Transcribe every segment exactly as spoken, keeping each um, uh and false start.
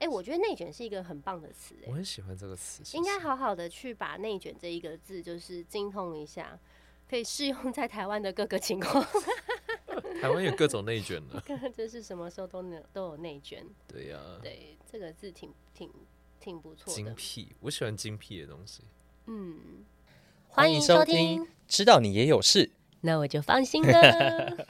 哎，我觉得内卷是一个很棒的词， 我很喜欢这个词， 应该好好的去把内卷这一个字就是精通一下，可以适用在台湾的各个情况。 台湾有各种内卷了， 就是什么时候都都有内卷。 对呀、啊， 对，这个字挺挺挺不错的。 精辟，我喜欢精辟的东西。 嗯， 欢迎收听，知道你也有事， 那我就放心了。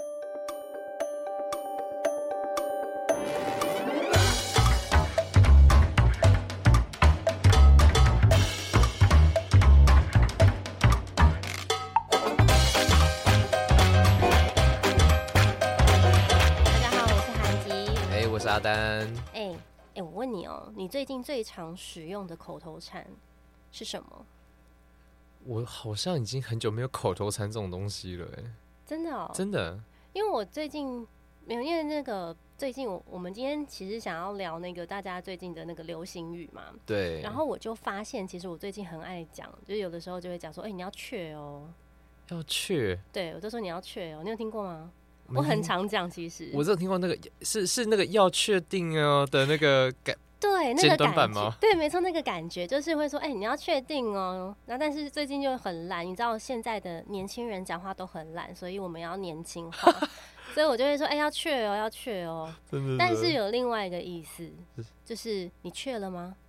阿丹， 哎、欸欸、我问你哦、喔，你最近最常使用的口头禅是什么？ 我好像已经很久没有口头禅这种东西了、欸， 真的哦、喔， 真的， 因为我最近没有，因为那个最近我我们今天其实想要聊那个大家最近的那个流行语嘛， 对， 然后我就发现，其实我最近很爱讲，就是有的时候就会讲说，哎、欸，你要确哦、 喔，要确， 对，我就说你要确哦、喔，你有听过吗？我很常讲，其实我只有听过那个是是那个要确定哦的那个感， 对，那个简短版吗？ 对，没错，那个感觉就是会说，哎、欸，你要确定哦。那但是最近就很懒，你知道现在的年轻人讲话都很懒，所以我们要年轻化，所以我就会说，哎、欸，要确哦，要确哦。 真的， 但是有另外一个意思，就是你确了吗？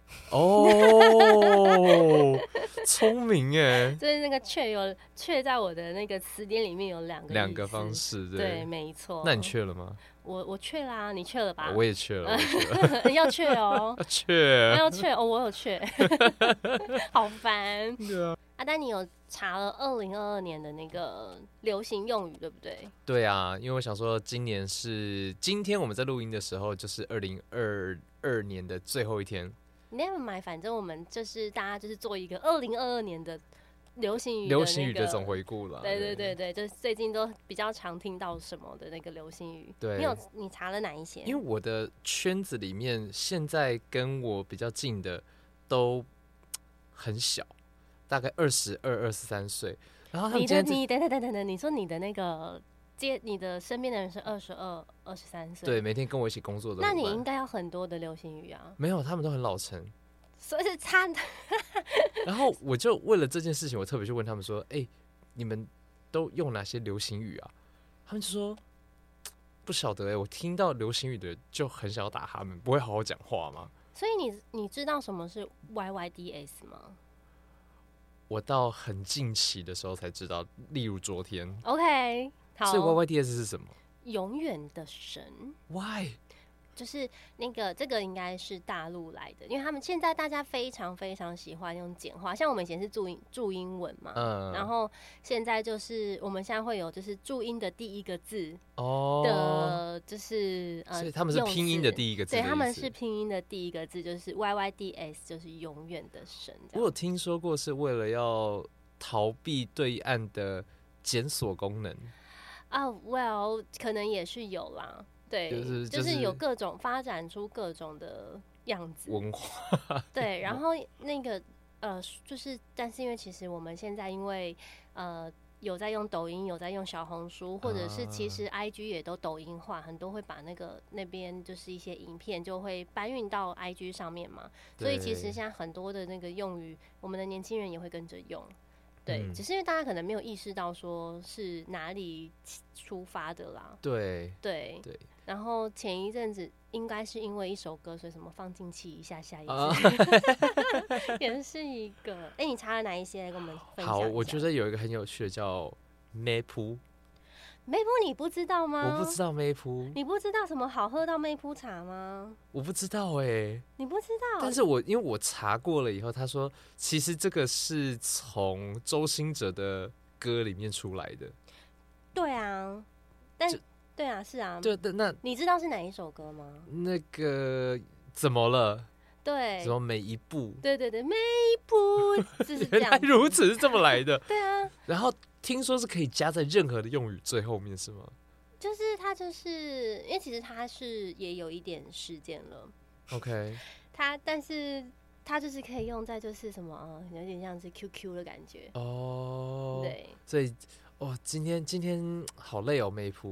哦，聪明哎！ 就是那个确有确在我的那个词典里面有两个两个方式，对， 对，没错。 那你确了吗？ 我我确啦，你确了吧？ 我也确了，我确了要确哦， 要确， 要确哦，我有确，好烦。 对啊， 阿丹，你有查了二零二二年的那个流行用语，对不对？ 对啊，因为我想说，今年是今天我们在录音的时候，就是二零二二年的最后一天。 Never mind， 反正我们就是大家就是做一个二零二二年的流行语、那個、 流行语的总回顾了。 对对对对，就是最近都比较常听到什么的那个流行语。 对， 你有你查了哪一些？ 因为我的圈子里面，现在跟我比较近的都很小，大概二十二、二十三岁。然后他们今天你的你等等等等等，你说你的那个接你的身边的人是二十二、二十三岁， 对，每天跟我一起工作的， 那你应该要很多的流行语啊。 没有，他们都很老成， 所以是差的。 然后我就为了这件事情，我特别去问他们说：“哎、欸，你们都用哪些流行语啊？”他们就说：“不晓得哎、欸，我听到流行语的就很想要打他们，不会好好讲话吗？” 所以你你知道什么是 Y Y D S 吗？ 我到很近期的时候才知道，例如昨天。 OK， 好。 所以 Y Y D S 是什么？ 永远的神。 Why？ 就是那个这个应该是大陆来的，因为他们现在大家非常非常喜欢用简化，像我们以前是注音注英文嘛，嗯，然后现在就是我们现在会有就是注音的第一个字哦的，就是呃， 所以他们是拼音的第一个字的意思， 对，他们是拼音的第一个字，就是 Y Y D S， 就是永远的神。 我有听说过是为了要逃避对岸的检索功能啊、oh, ，Well， 可能也是有啦。对， 就是、 就是、就是有各种发展出各种的样子文化， 对，然后那个呃，就是但是因为其实我们现在因为呃有在用抖音，有在用小红书，或者是其实 I G 也都抖音化，很多会把那个那边就是一些影片就会搬运到 I G 上面嘛，所以其实现在很多的那个用语，我们的年轻人也会跟着用。对、嗯，只是因为大家可能没有意识到说是哪里出发的啦。 对对对。然后前一阵子应该是因为一首歌，所以什么放进去一下下一次、啊、也是一个。哎、欸，你查了哪一些来跟我们分享一下？ 好，我觉得有一个很有趣的叫妹铺。 妹铺你不知道吗？ 我不知道妹铺。 你不知道什么好喝到妹铺茶吗？ 我不知道哎、欸， 你不知道？ 但是我因为我查过了以后，他说其实这个是从周兴哲的歌里面出来的。 对啊，但对啊，是啊， 对，那你知道是哪一首歌吗？ 那个怎么了？ 对， 什么每一步？ 对对对，每一步就是这样。 原来如此，是这么来的。 对啊， 然后听说是可以加在任何的用语最后面，是吗？ 就是它就是因为其实它是也有一点时间了。 OK， 它但是它就是可以用在就是什么呃，有点像是 Q Q 的感觉。 哦， 对， 所以哦，今天今天好累哦，妹夫。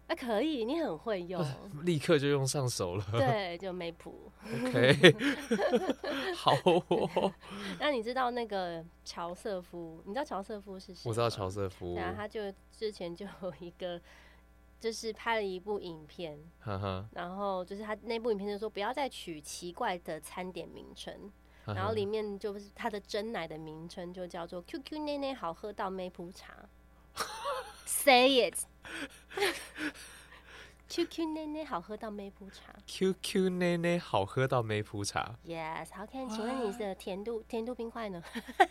啊，可以，你很会用， 立刻就用上手了。 对，就梅普。 OK， 好哦。 那你知道那个乔瑟夫？你知道乔瑟夫是谁吗？ 我知道乔瑟夫。 对啊，他就之前就有一个，就是拍了一部影片， 呵呵然后就是他那部影片就说不要再取奇怪的餐点名称。 呵呵然后里面就是它的真奶的名称就叫做 Q Q 奶奶好喝到梅普茶，Say it，Q Q 奶奶好喝到梅普茶 ，Q Q 奶奶好喝到梅普茶。 Yes， 好看，请问你的甜度甜度冰块呢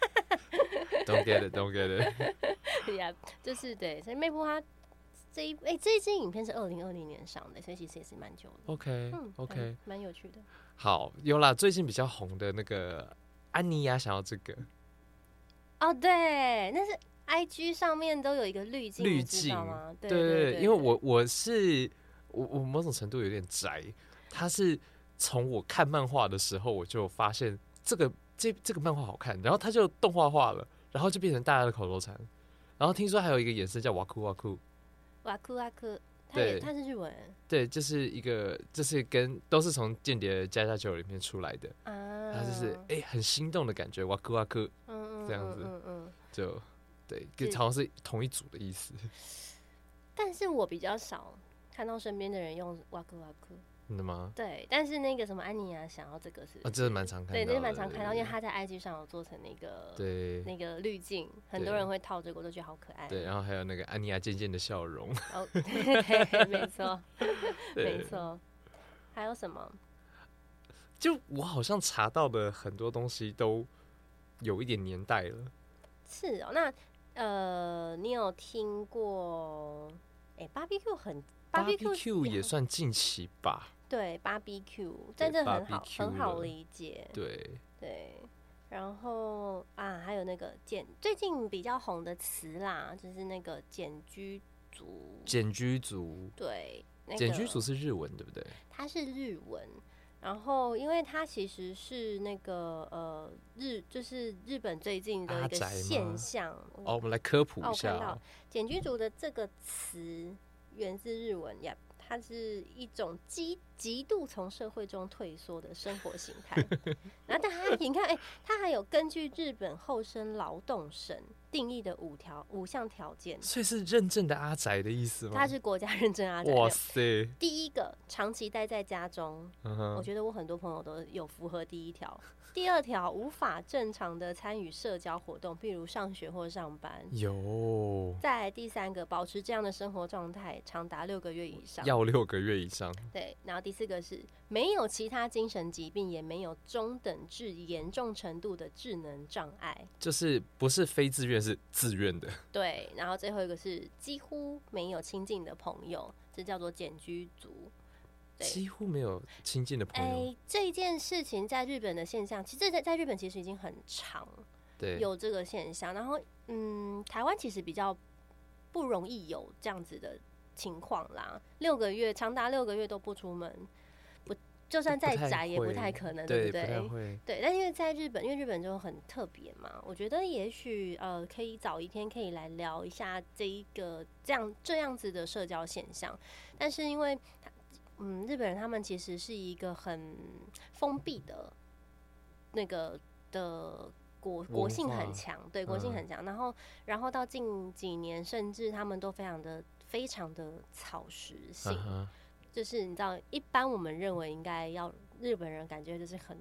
？Don't get it，Don't get it 。Yeah， 就是对，所以梅普它这一哎、欸、这一支影片是二零二零年上的，所以其实也是蛮久的。 OK， 嗯 OK， 蛮有趣的。 好，有啦，最近比较红的那个安妮亚想要这个。 哦，对，那是 I G 上面都有一个滤镜， 滤镜吗？对对对, 对, 对，因为我我是我我某种程度有点宅，他是从我看漫画的时候我就发现这个这这个漫画好看，然后他就动画化了，然后就变成大家的口头禅，然后听说还有一个衍生叫哇酷哇酷哇酷哇酷。它也它是日文， 对，就是一个，就是跟都是从《间谍加加酒》里面出来的， 啊， 它就是哎、欸、很心动的感觉，哇酷哇酷， 嗯这样子， 嗯嗯， 就对，跟好像是同一组的意思。 但是我比较少看到身边的人用哇酷哇酷。 真的吗？ 对，但是那个什么安妮亚想要这个是啊，这是蛮常看到的， 对，这是蛮常看到，因为他在 I G 上有做成那个对那个滤镜，很多人会套这个，我都觉得好可爱。 对，然后还有那个安妮亚渐渐的笑容。 哦，对，没错，没错。还有什么？ 就我好像查到的很多东西都有一点年代了。 是哦，那呃，你有听过？哎、欸、，barbecue 很 barbecue 也算近期吧。 对 ，barbecue 但这很好，很好理解。 对对，然后啊，还有那个简，最近比较红的词啦，就是那个简居族。 简居族， 对，那个、 简居族是日文对不对？ 它是日文。然后，因为它其实是那个呃日，就是日本最近的一个现象。 哦，我们来科普一下、 哦。我看到简居族的这个词源自日文呀，它是一种极极度从社会中退缩的生活形态。然后，但它你看，哎、欸，它还有根据日本厚生劳动省定义的五条五项条件， 所以是认证的阿宅的意思吗？ 它是国家认证阿宅。 哇塞！ 第一个，长期待在家中， 嗯、 我觉得我很多朋友都有符合第一条。第二条，无法正常的参与社交活动，譬如上学或上班。 有。 再来第三个，保持这样的生活状态长达六个月以上。 要六个月以上。 对，然后第四个是没有其他精神疾病，也没有中等至严重程度的智能障碍。 就是不是非自愿，是自愿的。 对，然后最后一个是几乎没有亲近的朋友，这叫做简居族。 几乎没有亲近的朋友。 欸、这件事情在日本的现象，其实在在日本其实已经很长， 对， 有这个现象。然后，嗯，台湾其实比较不容易有这样子的情况啦。六个月，长达六个月都不出门，不就算再宅也不太可能，对不对？ 不太会。 对，但因为在日本，因为日本就很特别嘛，我觉得也许呃，可以早一天可以来聊一下这一个这样这样子的社交现象。但是因为嗯，日本人他们其实是一个很封闭的那个的国国性很强，对，国性很强、嗯。然后，然后到近几年，甚至他们都非常的非常的草食性、uh-huh. 就是你知道，一般我们认为应该要日本人感觉就是很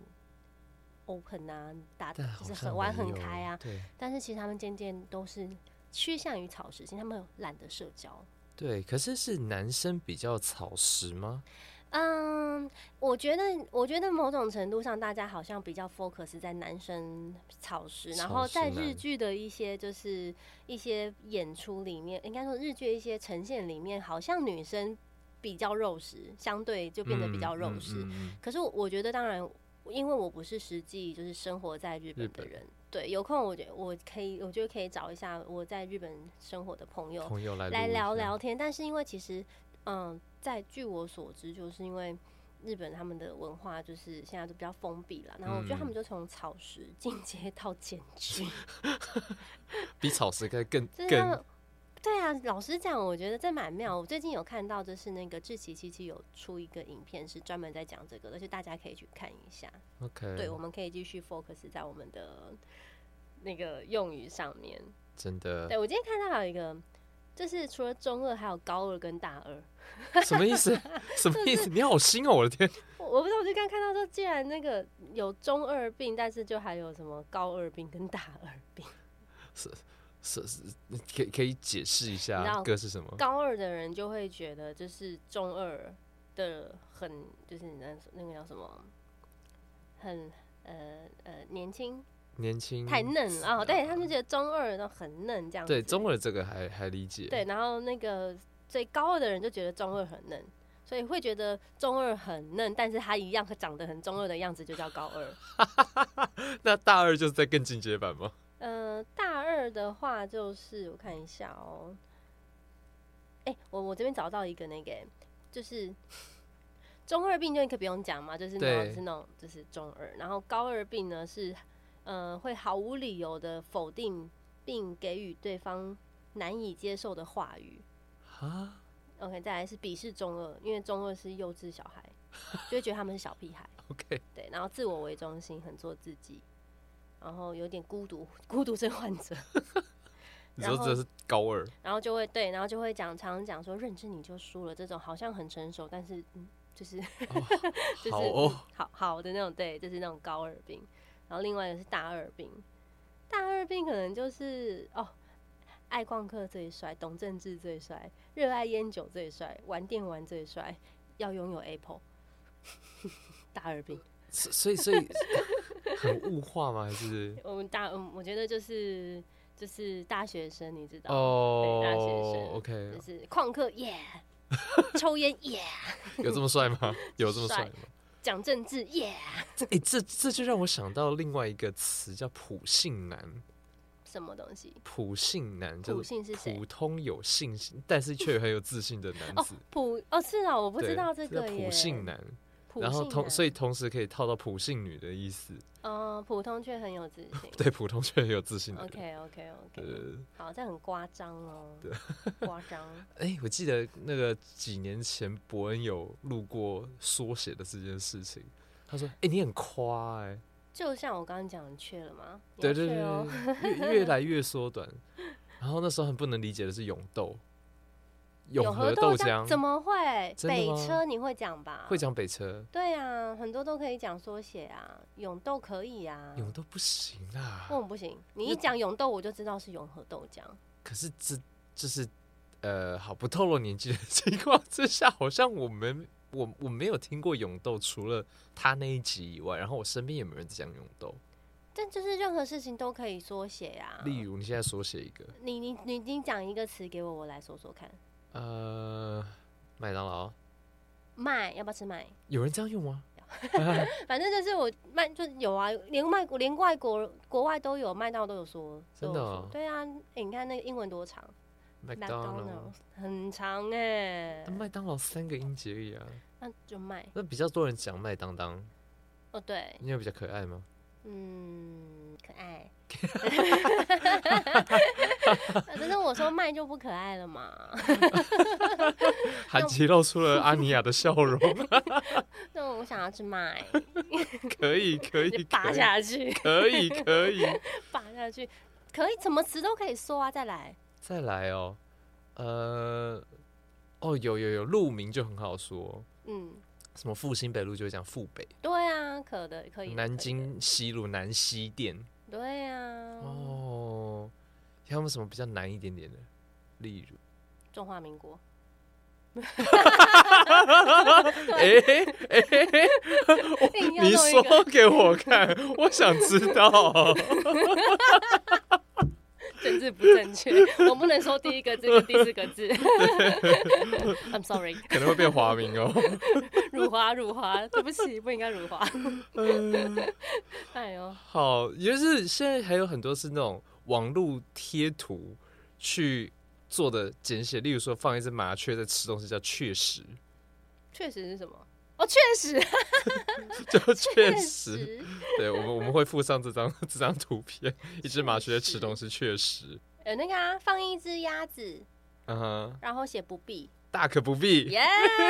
open 啊，大就是很玩很开啊， 对。 但是其实他们渐渐都是趋向于草食性，他们懒得社交。 对，可是是男生比较草食吗？ 嗯，我觉得，我觉得某种程度上，大家好像比较 focus 在男生草食，然后在日剧的一些就是一些演出里面，应该说日剧一些呈现里面，好像女生比较肉食，相对就变得比较肉食。嗯嗯嗯、可是我觉得，当然，因为我不是实际就是生活在日本的人。对，有空我觉得我可以，我觉得可以找一下我在日本生活的朋友， 朋友来来聊聊天。但是因为其实，嗯，在据我所知，就是因为日本他们的文化就是现在都比较封闭了，然后我觉得他们就从草食进阶到简居， 比草食更更更。对对啊，老实讲，我觉得这蛮妙。我最近有看到，就是那个志祺七七有出一个影片，是专门在讲这个的，而且大家可以去看一下。 OK， 对，我们可以继续 focus 在我们的那个用语上面。 真的。 对，我今天看到还有一个，就是除了中二，还有高二跟大二。 什么意思？什么意思？你好新哦！我的天， 我不知道，我就刚看到说，既然那个有中二病，但是就还有什么高二病跟大二病。 是是是，可以可以解释一下各是什么？ 高二的人就会觉得，就是中二的很，就是那那个叫什么，很呃呃年轻。 年轻太嫩了、哦、对他们觉得中二都很嫩这样子。 对，中二这个还还理解。 对，然后那个所以高二的人就觉得中二很嫩，所以会觉得中二很嫩，但是他一样长得很中二的样子就叫高二。 那大二就是在更进阶版吗？ 呃，大二的话就是我看一下哦，哎、欸，我我这边找到一个那个，就是中二病就可以不用讲嘛，就是那种是那种就是中二，然后高二病呢是。呃，会毫无理由的否定并给予对方难以接受的话语。 啊 ，OK， 再来是鄙视中二，因为中二是幼稚小孩，就会觉得他们是小屁孩。 OK， 对，然后自我为中心，很做自己，然后有点孤独，孤独症患者。 你说这是高二， 然后就会对，然后就会讲，常常讲说认知你就输了，这种好像很成熟，但是嗯，就是、哦、就是好哦， 嗯、好好的那种，对，就是那种高二病。然后另外一个是大二病，大二病可能就是哦，爱旷课最帅，懂政治最帅，热爱烟酒最帅，玩电玩最帅，要拥有 Apple。大二病， 所以所以很物化吗？还是我们大嗯，我觉得就是就是大学生，你知道哦， 对，大学生 OK， 就是旷课耶，抽烟耶， 有这么帅吗？有这么帅吗？ 讲政治耶！ 哎、欸，这这就让我想到另外一个词，叫普信男。 什么东西？ 普信男， 普信是谁？ 普通有信心，但是却很有自信的男子。 哦，普哦是啊，我不知道这个耶。 普信男，然后同所以同时可以套到普信女的意思。 嗯，普通却很有自信。 对，普通却很有自信的人。 OK OK OK。 呃， 好，这很夸张哦。 对， 夸张。 哎、欸，我记得那个几年前伯恩有录过缩写的这件事情，他说：“哎、欸，你很夸哎。” 就像我刚刚讲，你缺了吗？ 对对对，哦、越越来越缩短。然后那时候很不能理解的是永豆。永和豆浆怎么会？北车你会讲吧？ 会讲北车。 对啊，很多都可以讲缩写啊。永豆可以啊， 永豆不行啊。 为什么不行？你一讲永豆，我就知道是永和豆浆。 可是这就是呃，好不透露年纪的情况之下，好像我们我我没有听过永豆，除了他那一集以外，然后我身边也没有人讲永豆。 但就是任何事情都可以缩写啊。 例如，你现在缩写一个， 你你你你讲一个词给我，我来说说看。 呃，麦当劳， 麦要不要吃麦？ 有人这样用吗？ 反正就是我麦就有啊，连外国连外国国外都有，麦当劳都有说， 真的、哦？ 对啊，欸、你看那个英文多长 ，McDonald 很长哎、欸。 但麦当劳三个音节而已啊。 那就麦。 那比较多人讲麦当当。 哦，对。 因为比较可爱吗？ 嗯，可爱。可是我说麦就不可爱了嘛。 韩琦露出了阿尼亚的笑容。 那我想要吃麦。 可以可以， 拔下去。 可以可以， 拔下去，可以，什么词都可以说啊！再来， 再来哦，呃，哦，有有有，路名就很好说，嗯。什么复兴北路就会讲复北， 对啊，可的可以。 南京西路南西店， 对啊。 哦，还有没有什么比较难一点点的？例如中华民国。 哎哎，你说给我看，我想知道。 政治不正确，我不能说第一个字跟第四个字。I'm sorry， 可能会变华名哦。 辱华辱华，对不起，不应该辱华。哎呦， 好，也就是现在还有很多是那种网路贴图去做的简写，例如说放一只麻雀在吃东西叫确实。 确实是什么？哦，确实， 就确实，对我们我们会附上这张这张图片，一只麻雀在吃东西，确实。 有那个啊，放一只鸭子嗯哼， 然后写不必， 大可不必， 耶、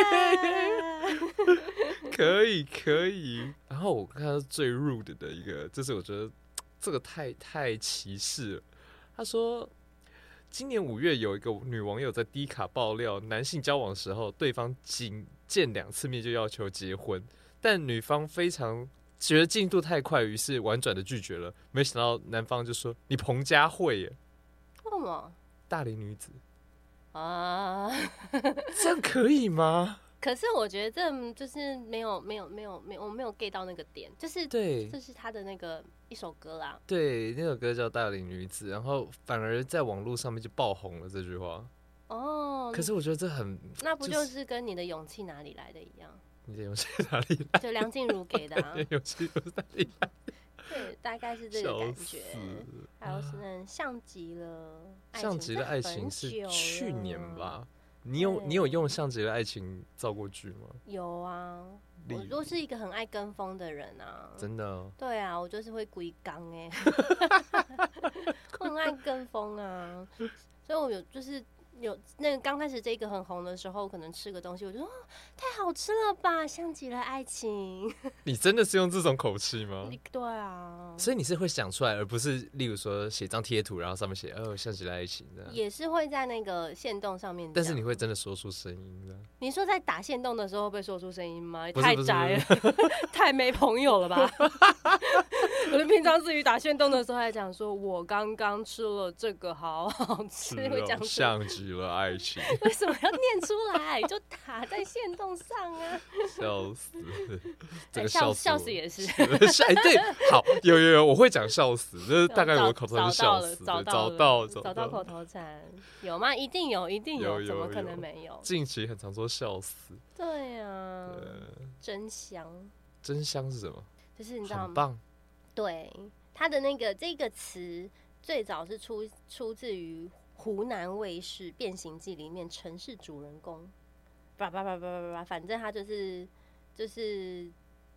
可以可以。然后我看到最 rude 的一个，这是我觉得这个太太歧视了。他说，今年五月有一个女网友在 D 卡爆料，男性交往时候，对方仅见两次面就要求结婚，但女方非常觉得进度太快，于是婉转的拒绝了。没想到男方就说：“你彭佳慧耶， 为什么大龄女子啊？ 这样可以吗？” 可是我觉得这就是没有没有没有没有我没有 get 到那个点，就是对， 这是他的那个一首歌啦。 对，那首歌叫《大龄女子》，然后反而在网络上面就爆红了这句话。 哦， 可是我觉得这很， 那不就是跟你的勇气哪里来的一样？ 你的勇气哪里来？ 就梁静茹给的啊。 你的勇气哪里来？ 对，大概是这个感觉。还有是那像极了， 像极了爱情是去年吧？你有你有用像极了爱情造过句吗？ 有啊，我都是一个很爱跟风的人啊。 真的、哦？ 对啊，我就是会龟缸哎，我很爱跟风啊，所以我有就是有那个刚开始这个很红的时候，可能吃个东西，我就说、哦、太好吃了吧，像极了爱情。 你真的是用这种口气吗？ 对啊， 所以你是会想出来，而不是例如说写张贴图，然后上面写哦像极了爱情这样。 也是会在那个限动上面， 但是你会真的说出声音的。 你说在打限动的时候会说出声音吗？ 不是太宅了，太没朋友了吧？我平常至于打限动的时候还讲说，我刚刚吃了这个，好好吃，会讲像极了爱情。 为什么要念出来？就打在限动上啊！ 笑死，这个笑死笑死也是。 哎，对，好，有有有，我会讲笑死，这是大概我的口头禅是笑死， 找到到找找到口头禅，有吗？一定有，一定有， 怎么可能没有？ 近期很常说笑死。 对啊，真香。 真香是什么？ 就是你知道吗？ 很棒。对， 它的那个这个词最早是出出自于湖南卫视《变形记》里面城市主人公，叭叭叭叭叭叭，反正他就是就是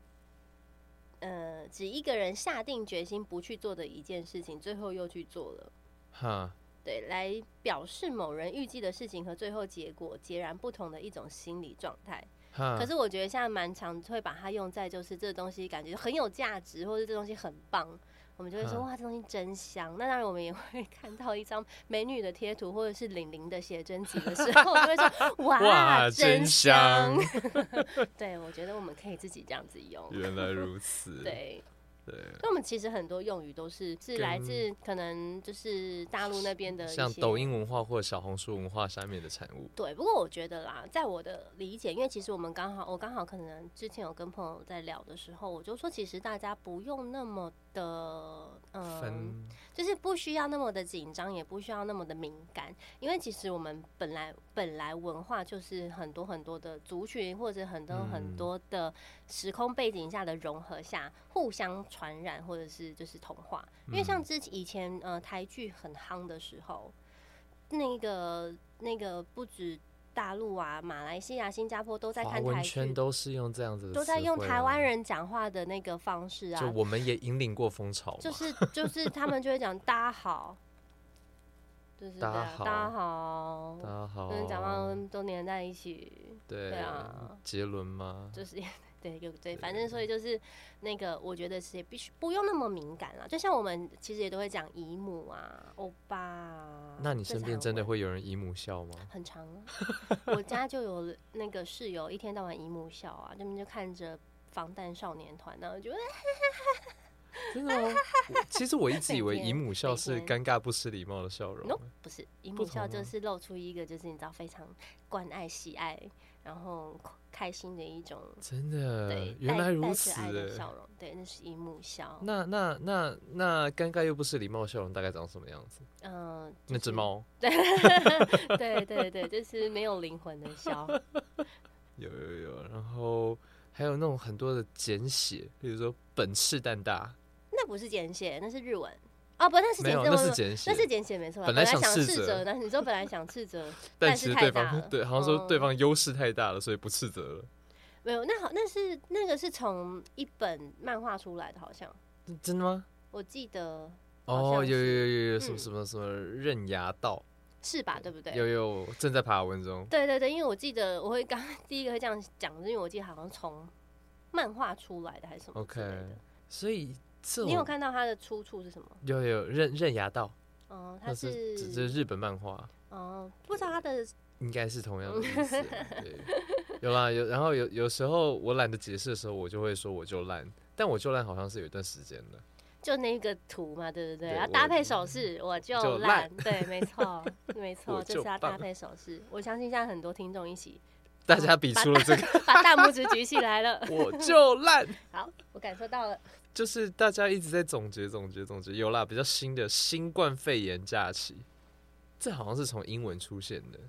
呃，指一个人下定决心不去做的一件事情，最后又去做了。 哈， 对，来表示某人预计的事情和最后结果截然不同的一种心理状态。可是我觉得现在蛮常会把它用在就是这东西感觉很有价值，或者这东西很棒，我们就会说哇这东西真香。那当然我们也会看到一张美女的贴图或者是玲玲的写真集的时候，我们就会说哇, 哇真香。对，我觉得我们可以自己这样子用。 原来如此。 对。那我们其实很多用语都是是来自可能就是大陆那边的， 像抖音文化或者小红书文化下面的产物。 对，不过我觉得啦，在我的理解，因为其实我们刚好，我刚好可能之前有跟朋友在聊的时候，我就说，其实大家不用那么的，嗯，就是不需要那么的紧张，也不需要那么的敏感，因为其实我们本来本来文化就是很多很多的族群或者很多很多的时空背景下的融合下，互相传染或者是就是同化。因为像之以前呃台剧很夯的时候，那个那个不止大陆啊、马来西亚、新加坡都在看台剧， 圈都是用这样子的、啊， 都在用台湾人讲话的那个方式啊。 就我们也引领过风潮， 就是就是他们就会讲大家好。就是大家好， 大家好， 大家好， 跟讲话都黏在一起， 对, 对啊， 杰伦吗？ 就是对，有对，反正所以就是那个，我觉得是也必须不用那么敏感啦。就像我们其实也都会讲姨母啊、欧巴啊。 那你身边真的会有人姨母笑吗？ 很常啊，我家就有那个室友，一天到晚姨母笑啊，他们就看着防弹少年团，然后就。 真的吗？其实我一直以为姨母笑是尴尬不失礼貌的笑容。 No， 不是，姨母笑就是露出一个就是你知道非常关爱、喜爱，然后开心的一种。 真的， 对， 原来如此。 带着爱的笑容，对，那是姨母笑。 那那那那尴尬又不失礼貌的笑容大概长什么样子？嗯、呃就是，那只猫。 对对对对，就是没有灵魂的笑。 有有有，然后还有那种很多的简写，比如说本赤蛋大。 那不是简写，那是日文哦，不，那是简写， 那是简写， 那是简写，没错。 本来想斥责， 但是你说本来想斥责， 但其实对方对， 好像说对方优势太大了，所以不斥责了。 没有，那好，那是那个是从一本漫画出来的，好像。 真的吗？ 我记得。 哦，有有有有有什么什么什么刃牙道。 是吧？对不对？ 有有正在爬文中。 对对对，因为我记得我会刚第一个会这样讲，因为我记得好像从漫画出来的还是什么之类的。 OK， 所以这你有看到它的出处是什么？ 有有刃刃牙道。 哦、呃，它是这是日本漫画。 哦、呃，不知道它的应该是同样的意思、啊。对，有啦有，然后有有时候我懒得解释的时候，我就会说我就烂，但我就烂好像是有一段时间了。 就那个图嘛，对不对？ 对然后搭配手势，我就烂，对，没错，没错， 就就是要搭配手势。我相信现在很多听众一起， 大家比出了这个， 把大拇指举起来了， 我就烂。 好，我感受到了， 就是大家一直在总结、总结、总结。有啦，比较新的新冠肺炎假期，这好像是从英文出现的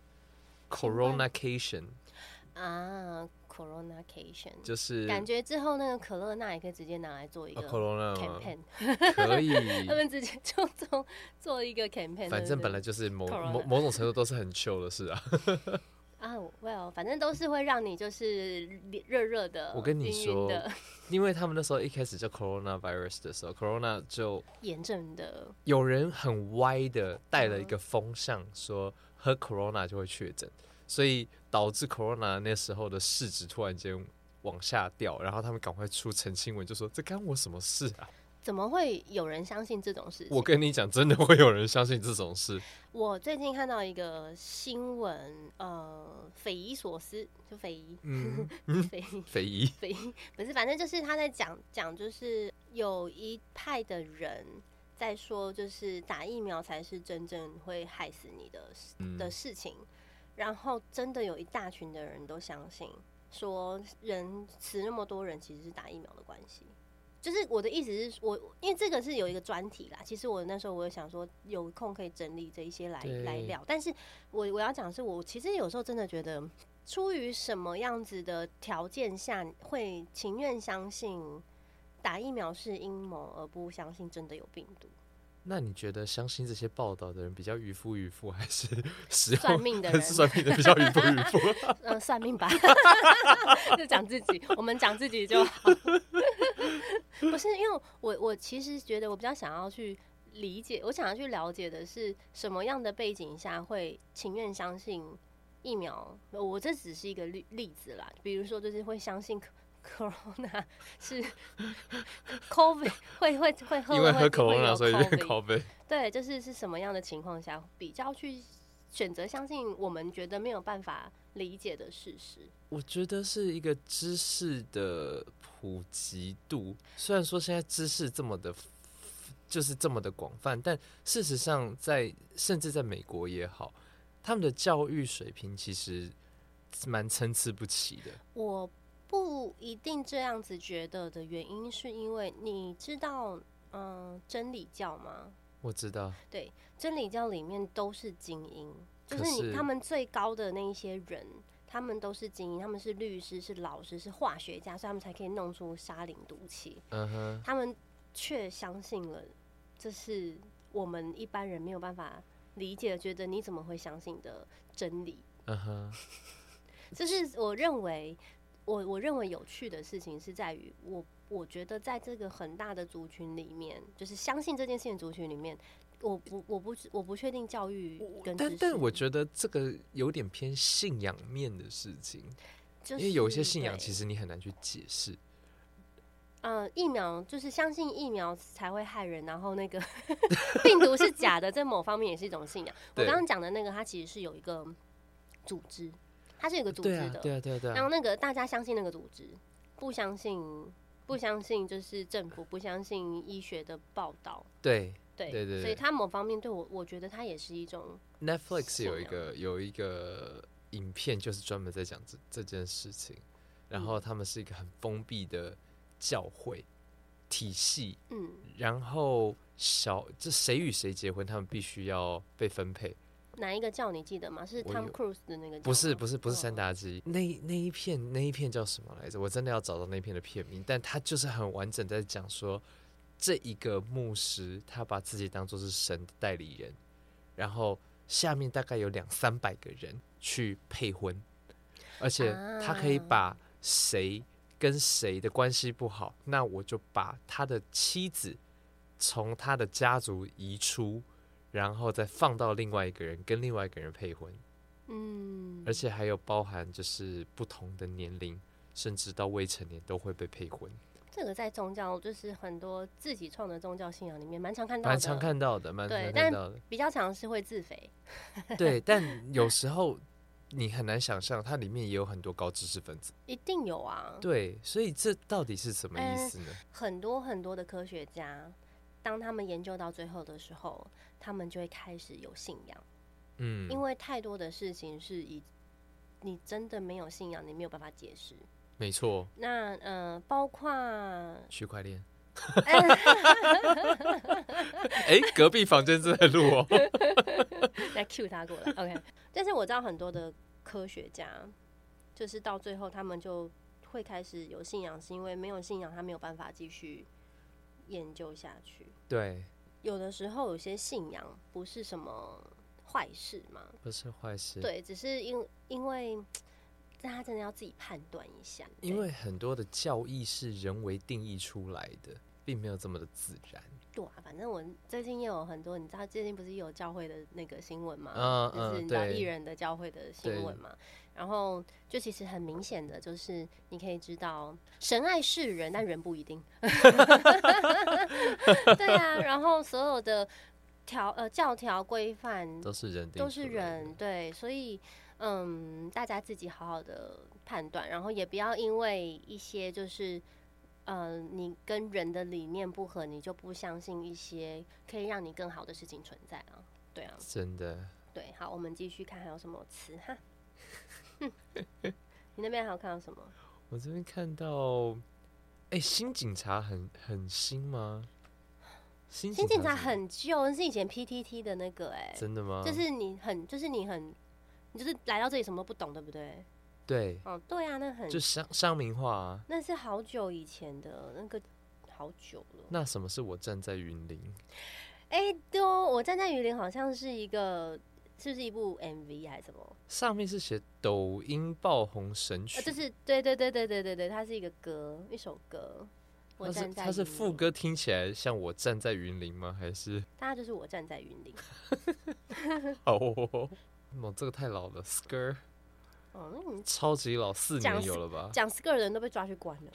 ，Coronacation 啊。Coronacation 就是感觉之后那个可乐那也可以直接拿来做一个 campaign，、 啊、可以， 他们直接就做做一个 campaign， 反正本来就是某某某种程度都是很 chill 的事啊。 啊、well， 反正都是会让你就是热热的。 我跟你说，因为他们那时候一开始叫 coronavirus 的时候 ，corona 就严正的， 有人很歪的带了一个风向，说喝 corona 就会确诊。所以导致 Corona 那时候的市值突然间往下掉，然后他们赶快出澄清文，就说这干我什么事啊？ 怎么会有人相信这种事情？ 我跟你讲，真的会有人相信这种事。 我最近看到一个新闻，呃，匪夷所思，就匪夷， 嗯， 匪匪夷， 匪夷，不是，反正就是他在讲讲，就是有一派的人在说，就是打疫苗才是真正会害死你的、嗯、的事情。然后真的有一大群的人都相信，说人死那么多人其实是打疫苗的关系。就是我的意思是我，因为这个是有一个专题啦。其实我那时候我有想说，有空可以整理这一些来来聊。但是我我要讲的是，我其实有时候真的觉得，出于什么样子的条件下，会情愿相信打疫苗是阴谋，而不相信真的有病毒？ 那你觉得相信这些报道的人比较愚夫愚妇，还是使用算命的人？ 还是算命的比较愚夫愚妇？ 嗯、呃，算命吧，就讲自己，我们讲自己就好。不是，因为我我其实觉得我比较想要去理解，我想要去了解的是什么样的背景下会情愿相信疫苗。我这只是一个例例子啦，比如说就是会相信。Corona 是 COVID 会会会喝， 因为喝 Corona 所以就是 COVID。 对，就是是什么样的情况下比较去选择相信我们觉得没有办法理解的事实？ 我觉得是一个知识的普及度。虽然说现在知识这么的，就是这么的广泛，但事实上在甚至在美国也好，他们的教育水平其实蛮参差不齐的。 我不一定这样子觉得的原因，是因为你知道，嗯、呃，真理教吗？ 我知道。 对，真理教里面都是精英，就是你他们最高的那一些人，他们都是精英，他们是律师、是老师、是化学家，所以他们才可以弄出沙林毒气。 嗯哼， 他们却相信了，这是我们一般人没有办法理解，觉得你怎么会相信的真理？ 嗯哼， 就是我认为。我我认为有趣的事情是在于，我我觉得在这个很大的族群里面，就是相信这件事情的族群里面，我不我不我不确定教育跟知识， 但但我觉得这个有点偏信仰面的事情， 就是、 因为有一些信仰其实你很难去解释。 呃，疫苗就是相信疫苗才会害人，然后那个病毒是假的，在某方面也是一种信仰。我刚刚讲的那个，它其实是有一个组织。它是有个组织的， 对啊，对啊，对啊。 然后那个大家相信那个组织，不相信，不相信就是政府，不相信医学的报道。 对， 对， 对对对。 所以它某方面对我，我觉得它也是一种。 Netflix 有一个有一个影片，就是专门在讲这这件事情。然后他们是一个很封闭的教会体系，嗯，然后小这谁与谁结婚，他们必须要被分配。 哪一个教你记得吗？是 Tom Cruise 的那个教？ 不是不是不是三打基、哦、那那一片那一片叫什么来着？我真的要找到那一片的片名，但他就是很完整在讲说，这一个牧师他把自己当作是神的代理人，然后下面大概有两三百个人去配婚，而且他可以把谁跟谁的关系不好，那我就把他的妻子从他的家族移出。 然后再放到另外一个人跟另外一个人配婚， 嗯， 而且还有包含就是不同的年龄，甚至到未成年都会被配婚。 这个在宗教就是很多自己创的宗教信仰里面蛮常看到的， 蛮常看到的，蛮常对， 看到的。 比较常是会自肥。 对，但有时候你很难想象，它里面也有很多高知识分子。 一定有啊。 对，所以这到底是什么意思呢？ 嗯、很多很多的科学家，当他们研究到最后的时候，他们就会开始有信仰。嗯，因为太多的事情是以你真的没有信仰，你没有办法解释。 没错。 那呃，包括区块链。哎、欸，隔壁房间正在录哦。 来 cue 他过来 ，OK。但是我知道很多的科学家，就是到最后他们就会开始有信仰，是因为没有信仰，他没有办法继续研究下去。 对， 有的时候有些信仰不是什么坏事嘛， 不是坏事。 对，只是因因为。但他真的要自己判断一下， 因为很多的教义是人为定义出来的，并没有这么的自然。 对啊，反正我最近也有很多，你知道最近不是有教会的那个新闻嘛， 嗯、 就是你知道艺人的教会的新闻嘛，然后就其实很明显的就是你可以知道神爱世人，但人不一定。对啊，然后所有的条呃教条规范都是人定出来的， 都是人，对，所以。嗯，大家自己好好的判断，然后也不要因为一些就是，呃，你跟人的理念不合，你就不相信一些可以让你更好的事情存在啊。对啊， 真的。 对，好，我们继续看还有什么词哈。你那边还有看到什么？ 我这边看到，哎、欸，新警察很很新吗？新新警察很旧，是以前 P T T 的那个哎、欸， 真的吗？ 就是你很，就是你很。你就是来到这里什么都不懂，对不对？ 对。 哦，对啊，那很就商商民化啊。 那是好久以前的那个，好久了。 那什么是我站在云林？ 哎、欸，对哦，我站在云林好像是一个，是不是一部 M V 还是什么？ 上面是写抖音爆红神曲， 呃、就是对对对对对对对，它是一个歌，一首歌。我站在它是副歌，听起来像我站在云林吗？还是？ 它就是我站在云林。 好哦。哦，这个太老了 ，Skr， 哦，那你超级老，四年有了吧？ 讲 Skr 的人都被抓去关了。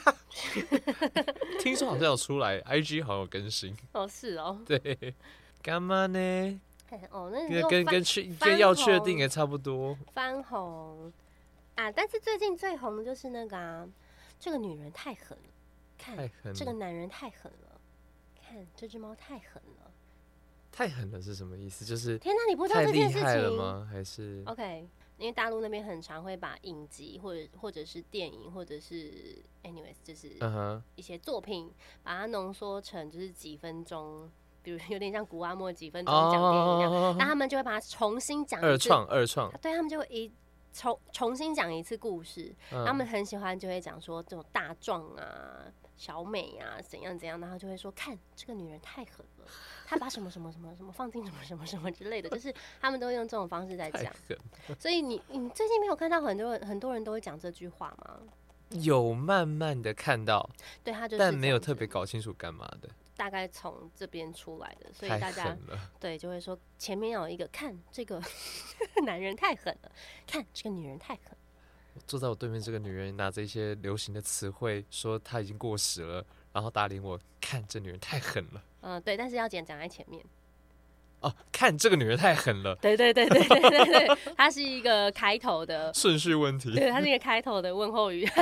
听说好像有出来 ，I G 好像有更新。 哦，是哦。 对，干嘛呢？ 哦，那跟跟跟确跟要确定也差不多。 翻红啊，但是最近最红的就是那个啊，这个女人太狠了，看这个男人太狠了，看这只猫太狠了。 太狠了是什么意思？就是天哪，你不知道这件事情太厉害了吗？还是 OK？ 因为大陆那边很常会把影集或者或者是电影或者是 anyways 就是一些作品，把它浓缩成就是几分钟，比如有点像古阿莫几分钟讲电影一样，那他们就会把它重新讲一次， 二创二创， 对他们就会一重重新讲一次故事，他们很喜欢就会讲说这种大壮啊。小美啊，怎样怎样，然后就会说，看这个女人太狠了，她把什么什么什么什么放进什么什么什么之类的，就是他们都会用这种方式在讲。所以你你最近没有看到很多人很多人都会讲这句话吗？ 有慢慢的看到， 对他就是， 但没有特别搞清楚干嘛的。 大概从这边出来的，所以大家对就会说前面要有一个看这个男人太狠了，看这个女人太狠了。 坐在我对面这个女人拿着一些流行的词汇说她已经过时了，然后打脸我，看这女人太狠了。 嗯，对，但是要讲讲在前面。 哦，看这个女人太狠了。 对对对对对对对，它是一个开头的顺序问题。 对，它是一个开头的问候语。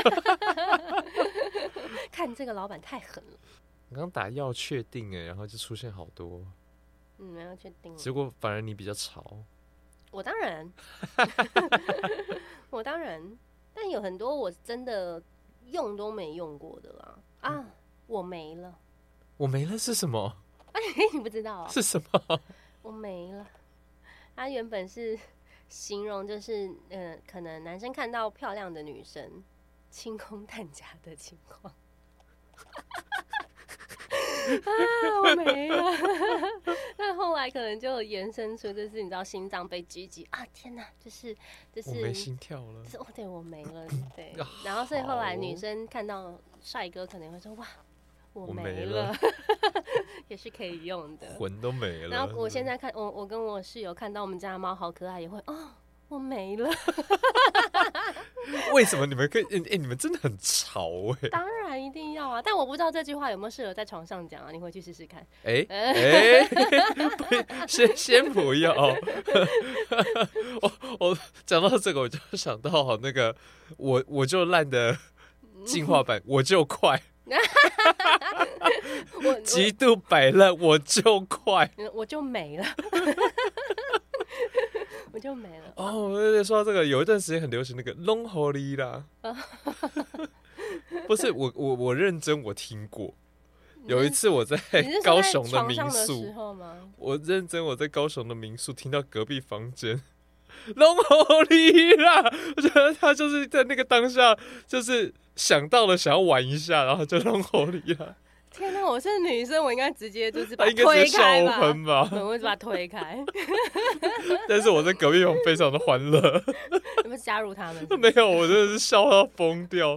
看这个老板太狠了。 我刚打要确定哎，然后就出现好多。 嗯，要确定。 结果反而你比较潮。 我当然，我当然，但有很多我真的用都没用过的啦。啊，嗯、我没了， 我没了是什么？ 哎，你不知道啊？ 是什么？ 我没了。它原本是形容就是，嗯、呃，可能男生看到漂亮的女生清空弹夹的情况。啊，我没了。但后来可能就延伸出，就是你知道心脏被狙击啊！天哪，就是就是我没心跳了。 就是哦，对我没了，对。然后所以后来女生看到帅哥可能会说哇， 我我没没了了，也是可以用的。 魂都没了。 然后我现在看我我跟我室友看到我们家的猫好可爱，也会哦，我没了。 为什么你们可以？哎、欸欸，你们真的很潮哎、欸！ 当然一定要啊，但我不知道这句话有没有适合在床上讲啊，你回去试试看。 哎哎、欸欸，先先不要。我我讲到这个，我就想到那个我我就烂的进化版，我就快。极度摆烂，我就快， 我就没了。我就没了哦。说到这个，有一段时间很流行那个弄好你啦，不是我我我认真我听过。有一次我在高雄的民宿，我认真我在高雄的民宿听到隔壁房间弄好你啦，我觉得他就是在那个当下就是想到了想要玩一下，然后就弄好你啦。 天哪！我是女生，我应该直接就是把它推开吧？ 喷吧？ 我会把它推开。 但是我在隔壁房非常的欢乐。 有没有加入他们是不是？ 没有，我真的是笑到疯掉。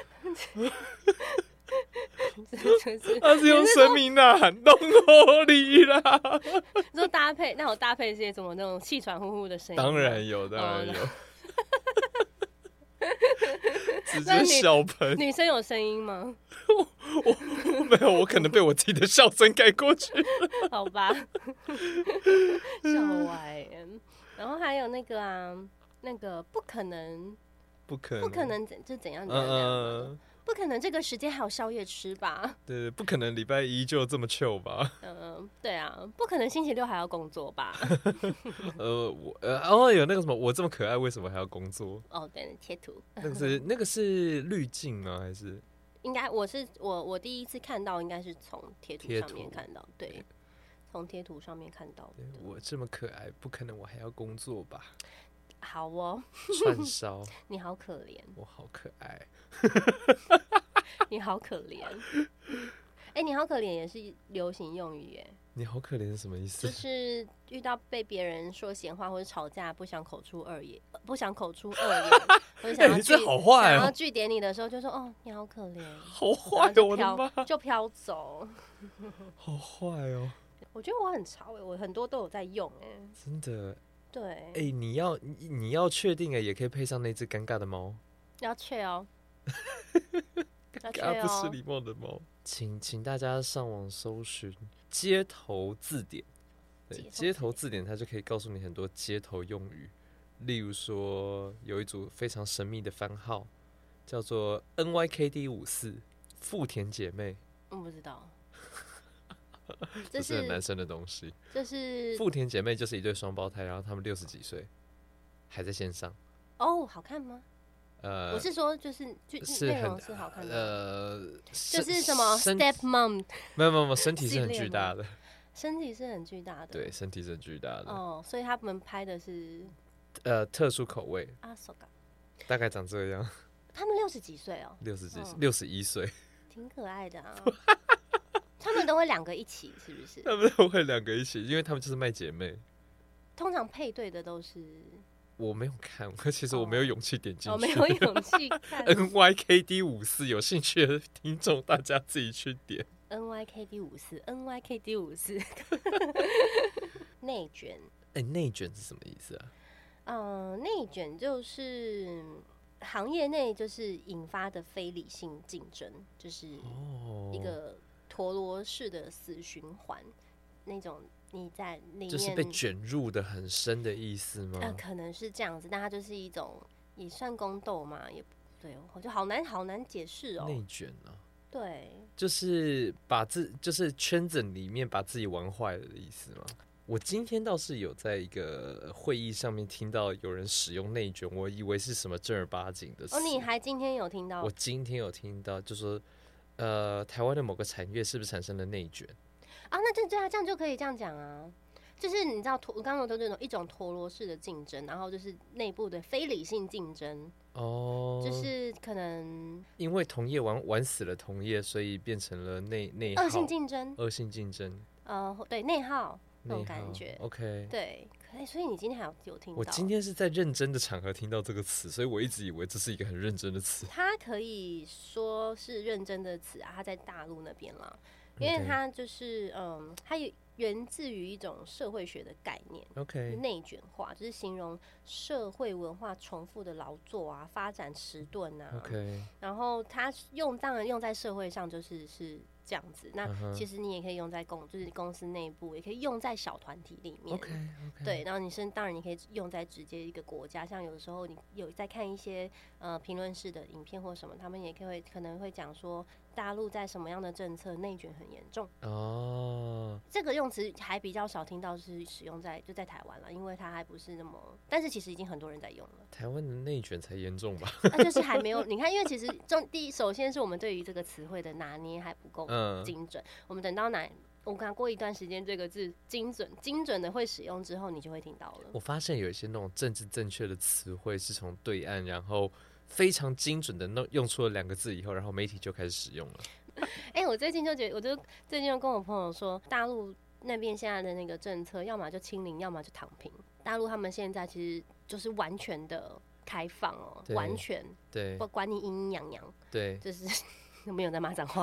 他是用生命呐喊弄好你啦。 你说搭配，那我搭配些什么那种气喘呼呼的声音？ 当然有，当然有。直接笑喷。 女生有声音吗？ 我, 我没有，我可能被我自己的笑声盖过去了。 好吧，笑歪。然后还有那个啊，那个不可能， 不可能， 不可能就怎样怎样、嗯，不可能这个时间还有宵夜吃吧？ 对，不可能礼拜一就这么 chill 吧？ 嗯，对啊，不可能星期六还要工作吧？ 呃，我呃，哦，有那个什么，我这么可爱，为什么还要工作？ 哦，对，贴图， 那个是那个是滤镜吗？还是？ 应该我是我我第一次看到，应该是从贴图上面看到，对，从贴图上面看到的。 我这么可爱，不可能我还要工作吧？ 好哦， 串烧， 你好可怜， 我好可爱， 你好可怜，哎、欸，你好可怜也是流行用语耶。 你好可怜是什么意思？ 就是遇到被别人说闲话或者吵架，不想口出恶言，不想口出恶言，或者想要拒、欸、好坏、哦、 想要据点你的时候，就说哦，你好可怜， 好坏哦，我的妈， 就飘走， 好坏哦。 我觉得我很潮哎，我很多都有在用哎， 真的。 对， 哎、欸，你要 你, 你要确定哎，也可以配上那只尴尬的猫， 要确哦， 尴尬不失礼貌的猫，请请大家上网搜寻街头字典，对，街头字典它就可以告诉你很多街头用语，例如说有一组非常神秘的番号，叫做 N Y K D 五四富田姐妹， 我不知道。 这是很男生的东西。 这是富田姐妹，就是一对双胞胎，然后他们六十几岁，还在线上。 哦，好看吗？ 呃， 我是说，就是内容是好看的。呃，就是什么 Step Mom， 没有没有没有，身体是很巨大的。 身体是很巨大的。 对，身体是很巨大的。 哦，所以他们拍的是呃特殊口味。 啊，手感大概长这样。 他们六十几岁哦。 六十几，六十一岁。 挺可爱的啊。他们都会两个一起，是不是？ 他们都会两个一起，因为他们就是卖姐妹。 通常配对的都是…… 我没有看，其实我没有勇气点进去。 我、哦、没有勇气看。 N Y K D 五四，有興趣的聽眾大家自己去點。 N Y K D 五四 ，N Y K D 五四。內卷。 哎、欸，內卷是什麼意思啊？ 嗯，內卷就是行業內就是引發的非理性競爭，就是一個陀螺式的死循環，那種你在裡面就是被捲入的很深的意思嗎？ 呃，可能是這樣子，但它就是一種也算宮鬥嘛，也對，我覺得好難好難解釋哦。 內卷啊， 對， 就是把自就是圈子裡面把自己玩壞了的意思嗎？我今天倒是有在一個會議上面聽到有人使用內卷，我以為是什麼正兒八經的詞。 哦，你還今天有聽到？ 我今天有聽到，就說呃，台灣的某個產業是不是產生了內卷？ 啊，那就對啊，這樣就可以這樣講啊。就是你知道，我剛剛說這種一種陀螺式的競爭，然後就是內部的非理性競爭。哦，就是可能因為同業玩玩死了同業，所以變成了內內耗。 惡性競爭。 惡性競爭。 呃，對，內耗那種感覺。 OK。 對， 哎、欸，所以你今天还有有听到？ 我今天是在认真的场合听到这个词，所以我一直以为这是一个很认真的词。 它可以说是认真的词啊，它在大陆那边啦，因为它就是嗯，它源自于一种社会学的概念 ，OK， 内卷化，就是形容社会文化重复的劳作啊，发展迟钝啊 ，OK， 然后它用当然用在社会上就是是。这样子，那其实你也可以用在公，就是公司内部，也可以用在小团体里面。 OK OK。 对，然后你是当然你可以用在直接一个国家，像有的时候你有在看一些呃评论式的影片或什么，他们也可以可能会讲说大陆在什么样的政策内卷很严重。哦，这个用词还比较少听到是使用在就在台湾了，因为它还不是那么，但是其实已经很多人在用了。 台湾的内卷才严重吧？ 那、啊、就是还没有，你看，因为其实中第一，首先是我们对于这个词汇的拿捏还不够精准。嗯、我们等到哪，我看过一段时间这个字精准、精准的会使用之后，你就会听到了。 我发现有一些那种政治正确的词汇是从对岸，然后非常精准的用出了两个字以后，然后媒体就开始使用了。 哎、欸，我最近就觉得，我就最近就跟我朋友说，大陆那边现在的那个政策，要么就清零，要么就躺平。大陆他们现在其实就是完全的。开放哦，完全对， 不管你阴阴阳阳， 对， 就是没有在骂脏话，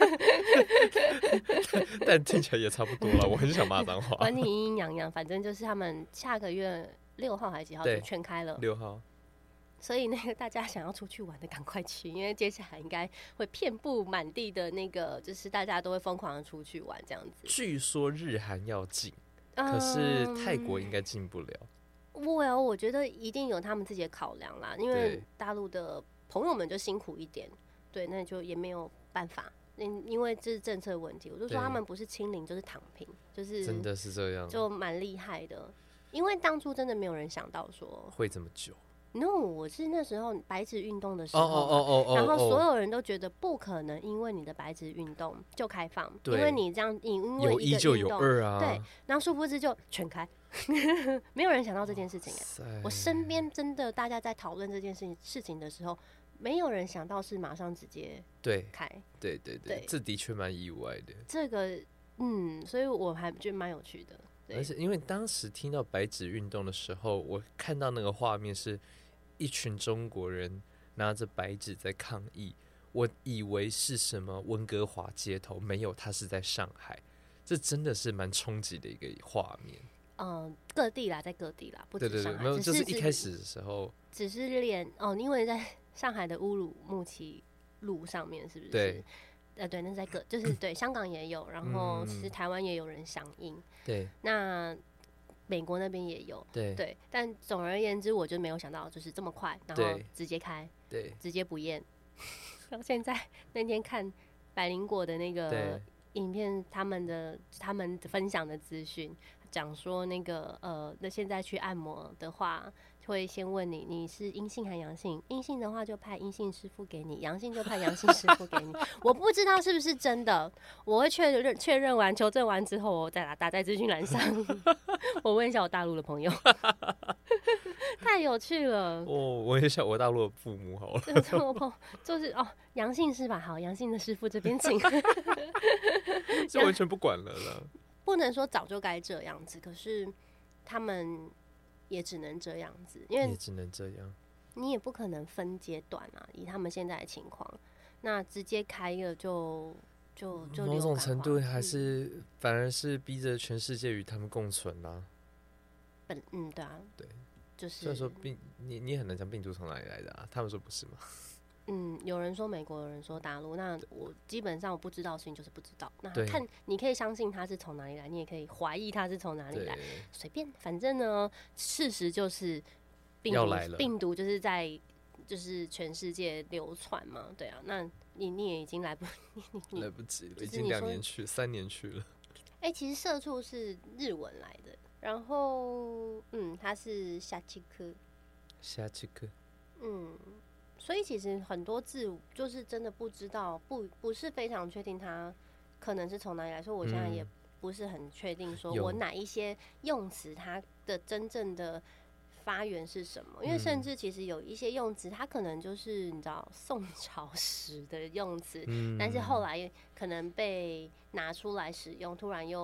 但听起来也差不多了。我很想骂脏话， 管你阴阴阳阳，反正就是他们下个月六号还是几号就全开了， 六号。 所以那个大家想要出去玩的赶快去，因为接下来应该会遍布满地的那个，就是大家都会疯狂的出去玩这样子。 据说日韩要进，可是泰国应该进不了。 Well， 我觉得一定有他们自己的考量啦，因为大陆的朋友们就辛苦一点，对，那就也没有办法，因因为这是政策问题。我就说他们不是清零就是躺平，就是真的是这样， 就蛮厉害的。因为当初真的没有人想到说会这么久。 No， 我是那时候白纸运动的时候， oh, oh, oh, oh, 然后所有人都觉得不可能，因为你的白纸运动就开放，因为你这样，因为有一就有二啊， 对，然后殊不知就全开，没有人想到这件事情哎、欸。我身边真的大家在讨论这件事情事情的时候，没有人想到是马上直接开， 对对 对, 对，这的确蛮意外的。 这个嗯，所以我还觉得蛮有趣的。 而且因为当时听到白纸运动的时候，我看到那个画面是。一群中国人拿着白纸在抗议，我以为是什么温哥华街头，没有，他是在上海，这真的是蛮冲击的一个画面。 嗯、呃，各地啦，在各地啦，不止上海。 对对对，没有，就是一开始的时候， 只是连哦，因为在上海的乌鲁木齐路上面，是不是？ 对， 呃，对，那是在各，就是对，香港也有，然后其实台湾也有人响应。 对， 那。美国那边也有， 对对，但总而言之，我就没有想到就是这么快，然后直接开， 对， 直接不验。然后现在那天看百灵果的那个影片，他们的他们分享的资讯，讲说那个呃，那现在去按摩的话，会先问你你是阴性还阳性，阴性的话就派阴性师傅给你，阳性就派阳性师傅给你。我不知道是不是真的，我会确认确认完求证完之后，我再打打在资讯栏上。我问一下我大陆的朋友，太有趣了。 我问一下我大陆的父母好了。 就是我朋就是哦，阳性是吧？好，阳性的师傅这边请。 这完全不管了啦。 不能说早就该这样子，可是他们也只能这样子，因为也只能这样。 你也不可能分阶段啊，以他们现在的情况，那直接开一个就就就某种程度还是、嗯、反而是逼着全世界与他们共存啦、啊。 本嗯对啊， 对， 就是虽然说病你你很难讲病毒从哪里来的啊，他们说不是吗？ 嗯，有人说美国，有人说大陆，那我基本上我不知道的事情就是不知道。那看你可以相信它是从哪里来，你也可以怀疑它是从哪里来，随便，反正呢，事实就是病毒病毒就是在就是全世界流传嘛，对啊，那你你也已经来不你来不及了，已经两年去三年去了。 哎、欸，其实社畜是日文来的，然后嗯，它是下七科， 下七科， 嗯。所以其实很多字就是真的不知道，不不是非常确定它可能是从哪里来，所以我现在也不是很确定说我哪一些用词它的真正的发源是什么，因为甚至其实有一些用词它可能就是你知道宋朝时的用词，但是后来可能被拿出来使用，突然又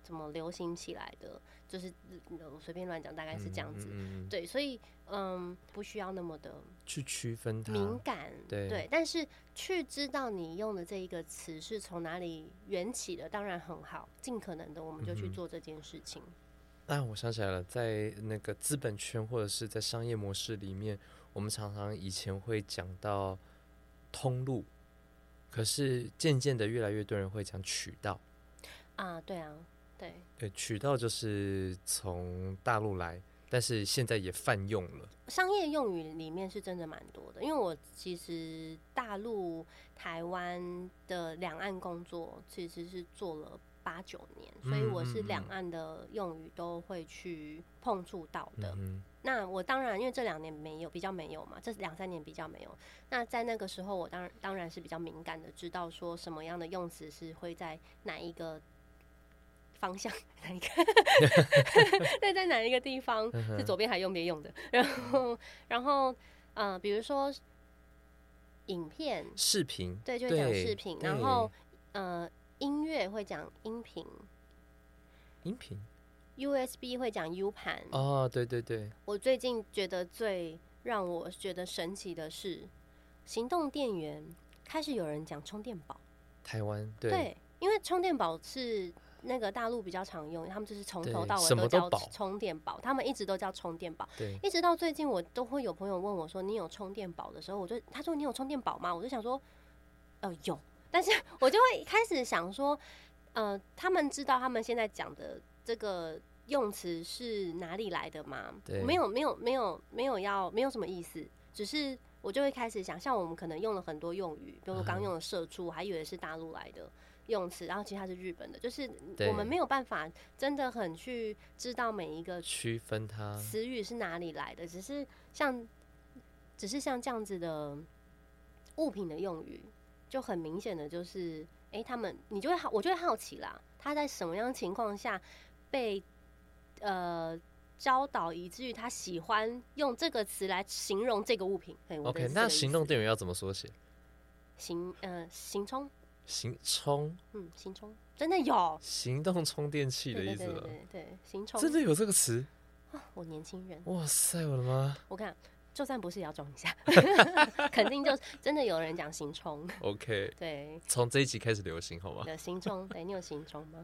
怎么流行起来的，就是我随便乱讲，大概是这样子。 嗯嗯嗯对，所以嗯，不需要那么的去区分它敏感， 对对，但是去知道你用的这一个词是从哪里缘起的，当然很好，尽可能的我们就去做这件事情。 啊，我想起来了，在那个资本圈或者是在商业模式里面，我们常常以前会讲到通路，可是渐渐的越来越多人会讲渠道啊，对啊，对， 对，渠道就是从大陆来，但是现在也泛用了。 商业用语里面是真的蛮多的，因为我其实大陆、台湾的两岸工作其实是做了八九年，所以我是两岸的用语都会去碰触到的。 嗯那我当然因为这两年没有，比较没有嘛，这两三年比较没有。那在那个时候，我当然当然是比较敏感的，知道说什么样的用词是会在哪一个方向，哪一个对，在哪一个地方是左边还右边用的。然后，然后，呃，比如说影片、 视频， 对，就会讲视频。然后，呃，音乐会讲音频， 音频 U S B 会讲 U 盘。 哦，对对对。 我最近觉得最让我觉得神奇的是，行动电源开始有人讲充电宝。 台湾 对, 对，因为充电宝是那个大陆比较常用，他们就是从头到尾什么都叫都宝充电宝，他们一直都叫充电宝。 对， 一直到最近，我都会有朋友问我说：“你有充电宝的时候，我就他说你有充电宝吗？”我就想说，呃，有，但是我就会开始想说，呃，他们知道他们现在讲的这个用词是哪里来的吗？没有，没有，没有，没有要，没有什么意思，只是我就会开始想，像我们可能用了很多用语，比如说刚用的社畜，我还以为是大陆来的用词，然后其实它是日本的，就是我们没有办法真的很去知道每一个区分它词语是哪里来的，只是像只是像这样子的物品的用语，就很明显的就是，哎、欸，他们你就会好，我就会好奇啦，他在什么样的情况下被呃教导，以至于他喜欢用这个词来形容这个物品。 OK， 那行动电源要怎么缩写？ 行呃行充。 行充， 嗯，行充真的有行动充电器的意思了。 对对对对，行充真的有这个词啊！我年轻人， 哇塞，我的妈！ 我看就算不是也要装一下，肯定就真的有人讲行充。 OK， 对， 从这一集开始流行好吗？ 有行充，对你有行充吗？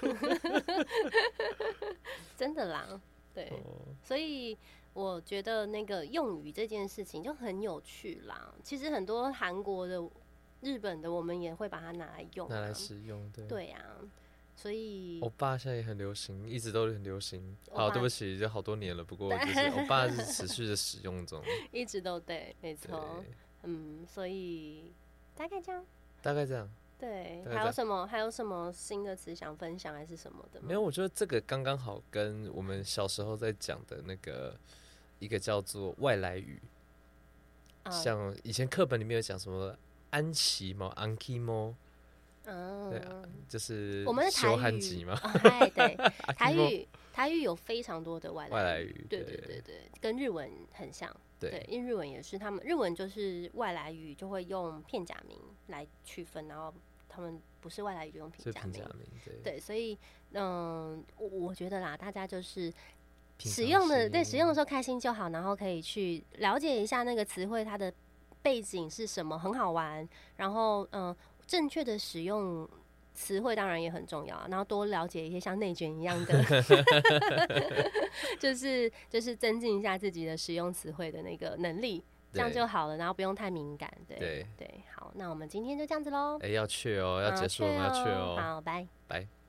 真的啦，对，哦、所以我觉得那个用语这件事情就很有趣啦。其实很多韩国的。日本的我们也会把它拿来用、啊， 拿来使用，对。 对啊，所以欧巴现在也很流行，一直都很流行。好，对不起，就好多年了，不过就是欧巴是持续的使用中， 一直都对，没错。嗯，所以大概这样。 大概这样。 对，还有什么？还有什么新的词想分享，还是什么的吗？ 没有，我觉得这个刚刚好跟我们小时候在讲的那个一个叫做外来语，啊、像以前课本里面有讲什么。安琪吗？安琪吗？嗯，对啊，就是我们的台语嘛。哎、哦，对，台语台语有非常多的外来语， 外来语对对对对，跟日文很像。 对， 对因为日文也是他们日文就是外来语就会用片假名来区分，然后他们不是外来语就用平假名。 对, 对，所以嗯，我我觉得啦，大家就是使用的对使用的时候开心就好，然后可以去了解一下那个词汇它的。背景是什么很好玩，然后嗯，正确的使用词汇当然也很重要，然后多了解一些像内卷一样的，就是就是增进一下自己的使用词汇的那个能力，这样就好了，然后不用太敏感。对对, 对，好，那我们今天就这样子喽。 哎、欸，要去哦，要结束了，要去哦。 好，拜拜。